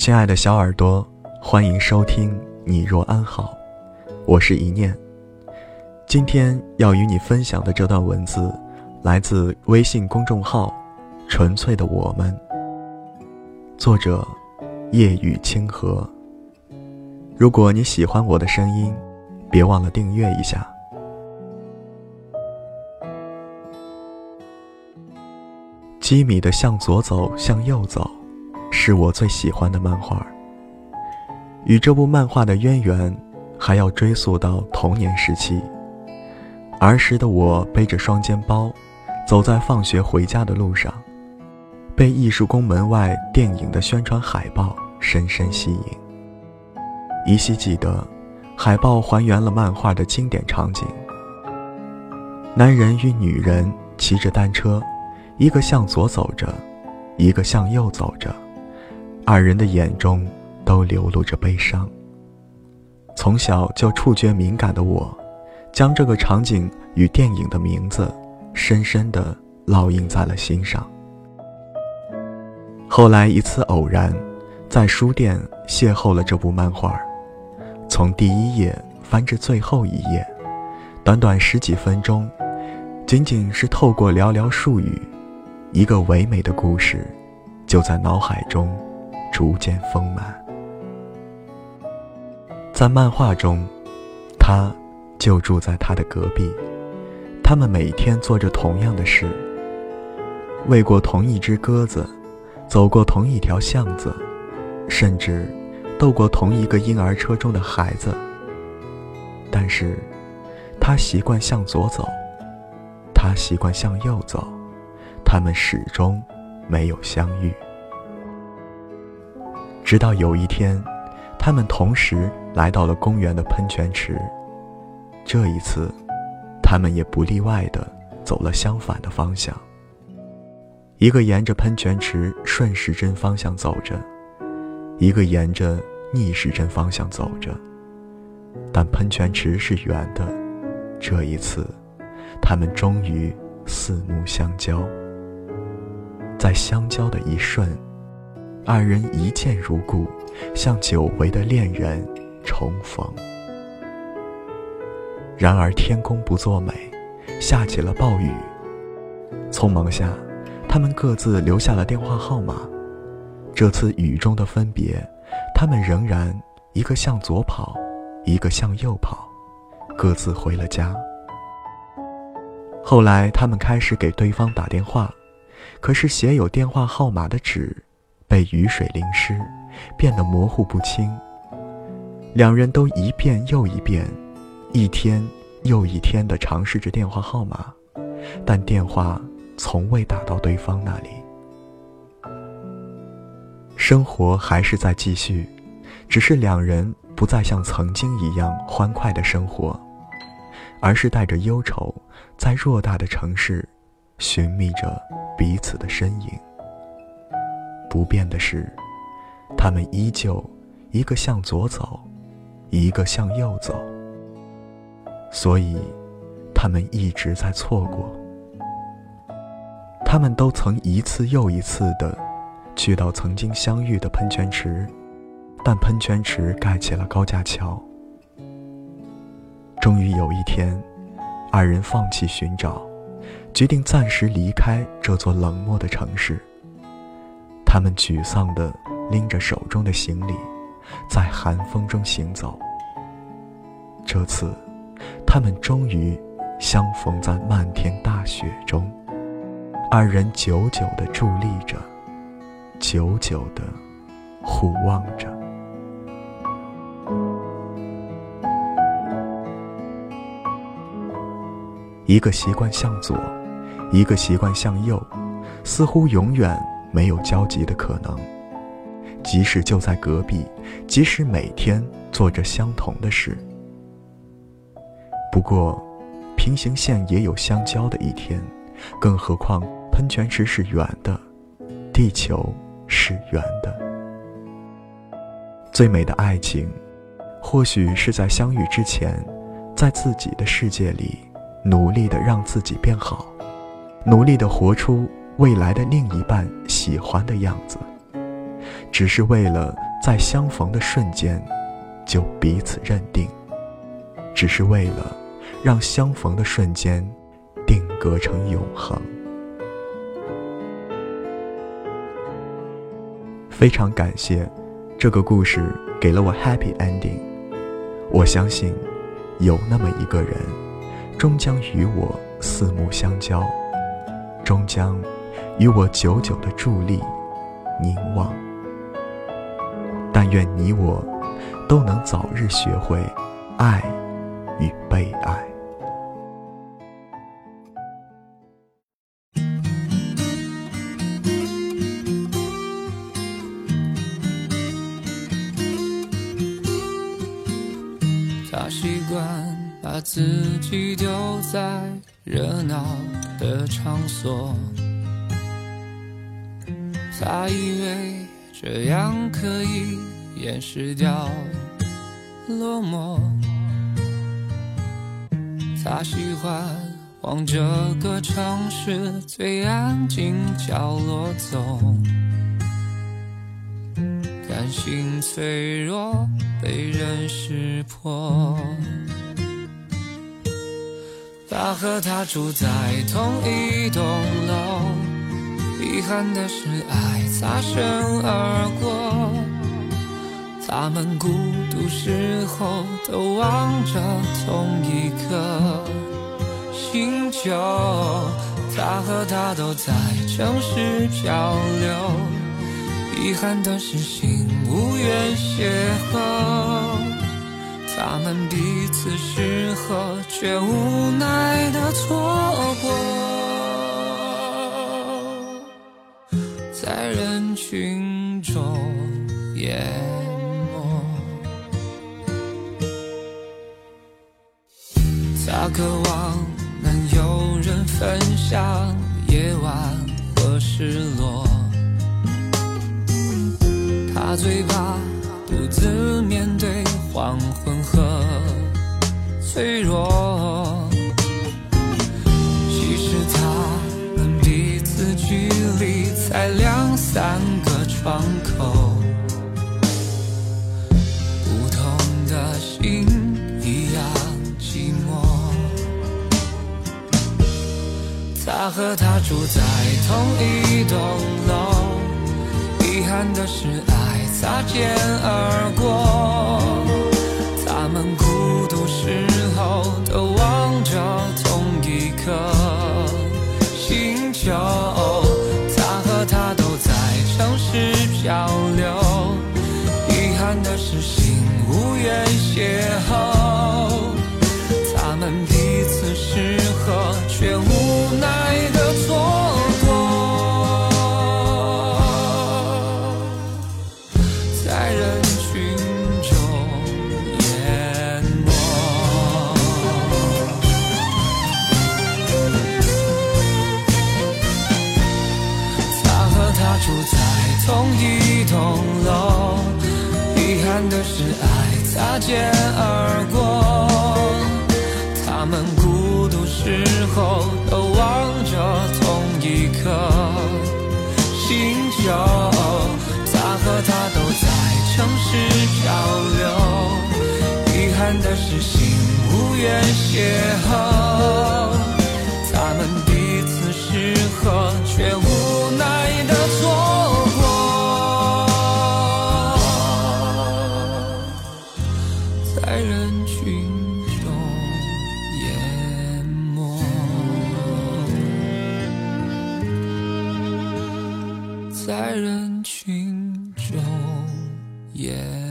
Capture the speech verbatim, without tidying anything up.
亲爱的小耳朵，欢迎收听你若安好，我是一念。今天要与你分享的这段文字来自微信公众号纯粹的我们，作者夜雨清河。如果你喜欢我的声音，别忘了订阅一下。基米的向左走向右走是我最喜欢的漫画，与这部漫画的渊源还要追溯到童年时期。儿时的我背着双肩包，走在放学回家的路上，被艺术宫门外电影的宣传海报深深吸引。依稀记得海报还原了漫画的经典场景，男人与女人骑着单车，一个向左走着，一个向右走着，二人的眼中都流露着悲伤。从小就触觉敏感的我，将这个场景与电影的名字深深地烙印在了心上。后来一次偶然，在书店邂逅了这部漫画，从第一页翻至最后一页，短短十几分钟，仅仅是透过寥寥数语，一个唯美的故事就在脑海中逐渐丰满。在漫画中，他就住在他的隔壁，他们每天做着同样的事，喂过同一只鸽子，走过同一条巷子，甚至逗过同一个婴儿车中的孩子。但是他习惯向左走，他习惯向右走，他们始终没有相遇。直到有一天，他们同时来到了公园的喷泉池，这一次他们也不例外地走了相反的方向。一个沿着喷泉池顺时针方向走着，一个沿着逆时针方向走着，但喷泉池是圆的。这一次他们终于四目相交，在相交的一瞬，二人一见如故，像久违的恋人重逢。然而天公不作美，下起了暴雨。匆忙下，他们各自留下了电话号码。这次雨中的分别，他们仍然一个向左跑，一个向右跑，各自回了家。后来他们开始给对方打电话，可是写有电话号码的纸被雨水淋湿，变得模糊不清。两人都一遍又一遍，一天又一天地尝试着电话号码，但电话从未打到对方那里。生活还是在继续，只是两人不再像曾经一样欢快的生活，而是带着忧愁，在偌大的城市寻觅着彼此的身影。不变的是，他们依旧一个向左走，一个向右走，所以他们一直在错过。他们都曾一次又一次地去到曾经相遇的喷泉池，但喷泉池盖起了高架桥。终于有一天，二人放弃寻找，决定暂时离开这座冷漠的城市。他们沮丧地拎着手中的行李，在寒风中行走。这次他们终于相逢在漫天大雪中，二人久久地伫立着，久久地互望着。一个习惯向左，一个习惯向右，似乎永远没有交集的可能。即使就在隔壁，即使每天做着相同的事。不过平行线也有相交的一天，更何况喷泉池是圆的，地球是圆的。最美的爱情，或许是在相遇之前，在自己的世界里努力地让自己变好，努力地活出未来的另一半喜欢的样子，只是为了在相逢的瞬间就彼此认定，只是为了让相逢的瞬间定格成永恒。非常感谢这个故事给了我 happy ending， 我相信有那么一个人终将与我四目相交，终将与我久久的伫立凝望。但愿你我都能早日学会爱与被爱。 他习惯把自己丢在热闹的场所，他以为这样可以掩饰掉落寞。他喜欢往这个城市最安静角落走，甘心脆弱被人识破。他和他住在同一栋楼，遗憾的是爱擦身而过，他们孤独时候都望着同一颗星球。他和她都在城市漂流，遗憾的是心无缘邂逅，他们彼此适合，却无奈的错过，在人群中淹没。他渴望能有人分享夜晚和失落，他最怕独自面对黄昏和脆弱。其实他们彼此距离才两三个窗口，不同的心一样寂寞。他和她住在同一栋楼，遗憾的是爱擦肩而过，他们孤独时候都望着同一颗星球。他和她都在城市漂流，遗憾的是心无缘邂逅，他们彼此适合，却无奈的错过，在人群中淹没。他和她住在同一栋楼，遗憾的是爱擦肩而过，他们孤独时候都望着同一颗星球。他和她都在城市漂流，遗憾的是心无缘邂逅，他们彼此适合，却无奈的错过，在人群中淹没，在人群中淹没。